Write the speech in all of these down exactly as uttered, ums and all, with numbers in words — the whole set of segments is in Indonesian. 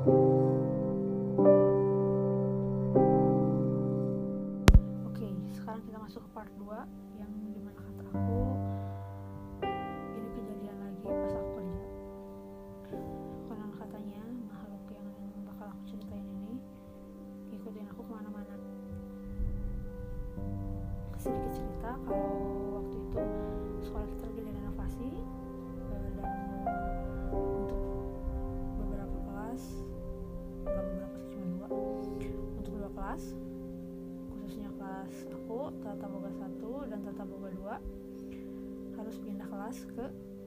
Oke, sekarang kita masuk ke part dua yang dimana kata aku ini kejadian lagi pas aku kerja. Konon katanya makhluk yang bakal aku ceritain ini ngikutin aku kemana-mana. Sedikit cerita kalau waktu itu sekolah kita lagi direnovasi eh, dan untuk beberapa kelas, nggak beberapa sih, cuma dua, untuk dua kelas, khususnya kelas aku Tata Boga satu dan Tata Boga dua harus pindah kelas ke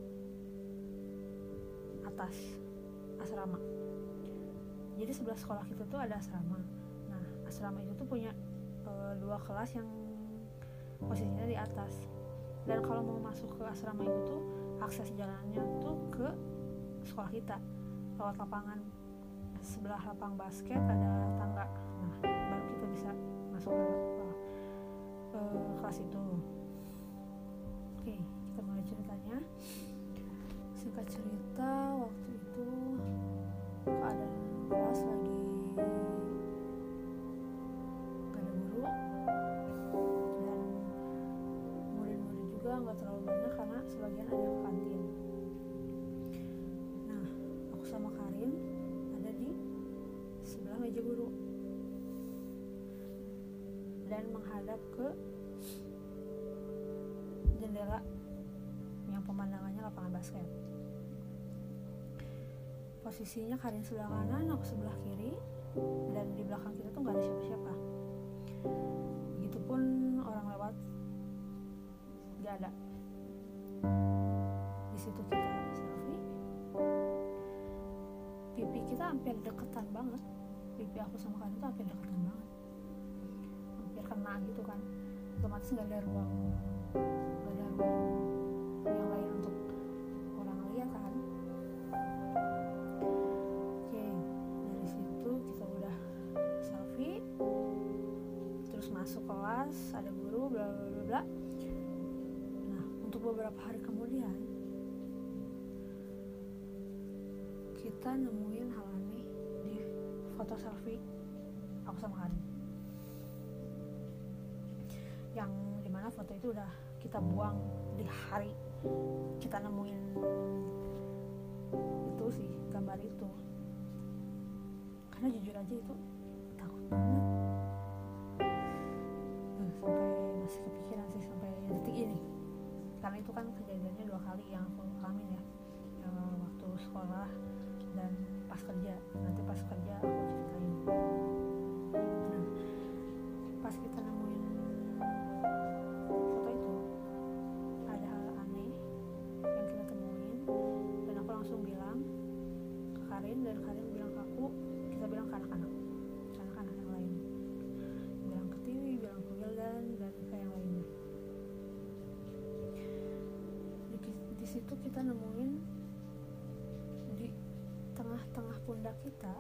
atas asrama. Jadi sebelah sekolah kita tuh ada asrama. Nah, asrama itu tuh punya e, dua kelas yang posisinya di atas. Dan kalau mau masuk ke asrama itu tuh akses jalannya tuh ke sekolah kita lewat lapangan. Sebelah lapang basket ada tangga. Nah, baru kita bisa masuk ke uh, kelas itu. Oke, kita mulai ceritanya. Singkat cerita, waktu itu keadaan kelas lagi gak ada guru dan murid-murid juga gak terlalu banyak karena sebagian ada ke kantin. Nah, aku sama Karin ada di sebelah meja guru dan menghadap ke jendela yang pemandangannya lapangan basket. Posisinya Karin sebelah kanan, aku sebelah kiri, dan di belakang kita tuh gak ada siapa-siapa. Begitupun orang lewat gak ada. Di situ kita selfie. Pipi kita hampir deketan banget. Pipi aku sama Karin tuh hampir deketan banget. Hampir kena gitu kan. Otomatis gak ada ruang gak ada ruang yang lain untuk orang lihat kan. Oke, dari situ kita udah selfie, terus masuk kelas, ada guru, bla bla bla bla. Nah, untuk beberapa hari kemudian kita nemuin hal aneh di foto selfie aku sama Karin, yang dimana foto itu udah kita buang di hari kita nemuin itu sih, gambar itu. Karena jujur aja itu takut banget. Nah, sampai masih kepikiran sih sampai detik ini. Karena itu kan kejadiannya dua kali yang aku alamin ya, yang waktu sekolah dan pas kerja. Nanti pas kerja aku ceritain. Nah, pas kita nemuin foto itu, ada hal aneh yang kita temuin dan aku langsung bilang ke Karin dan Karin bilang ke aku, kita bilang ke anak-anak anak-anak yang lain, bilang ke Tiwi, bilang ke Wildan dan ke yang lainnya. Di, di situ kita nemuin di tengah-tengah pundak kita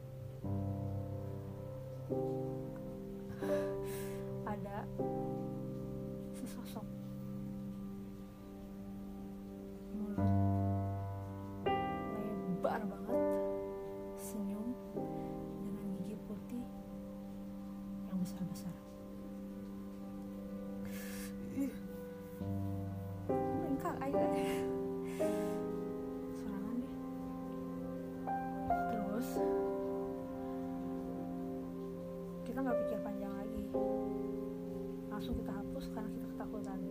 ada sesosok mulut lebar banget, senyum dengan gigi putih yang besar-besar. Bengkak aja sorangan deh. Terus kita nggak pikir panjang lagi, langsung kita hapus karena kita ketakutan.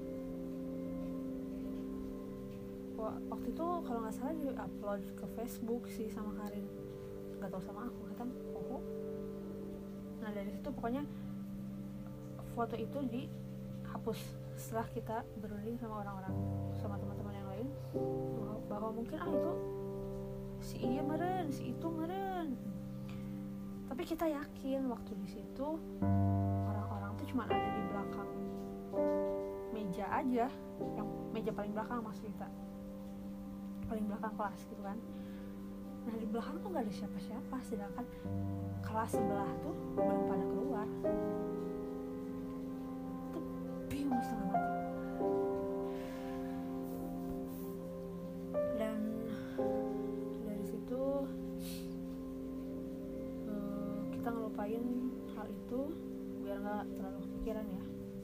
Waktu itu kalau nggak salah di upload ke Facebook sih sama Karin, nggak tahu sama aku, kata oh. Nah dari situ pokoknya foto itu dihapus setelah kita berunding sama orang-orang, sama teman-teman yang lain bahwa, bahwa mungkin ah itu si iya meren, si itu meren. Tapi kita yakin waktu di situ orang-orang tuh cuma ada di belakang meja aja, yang meja paling belakang maksud kita, paling belakang kelas gitu kan. Nah di belakang tuh nggak ada siapa-siapa, sedangkan kelas sebelah tuh belum pada keluar. Tuh bingung setengah mati. Dan dari situ kita ngelupain hal itu biar nggak terlalu kepikiran ya.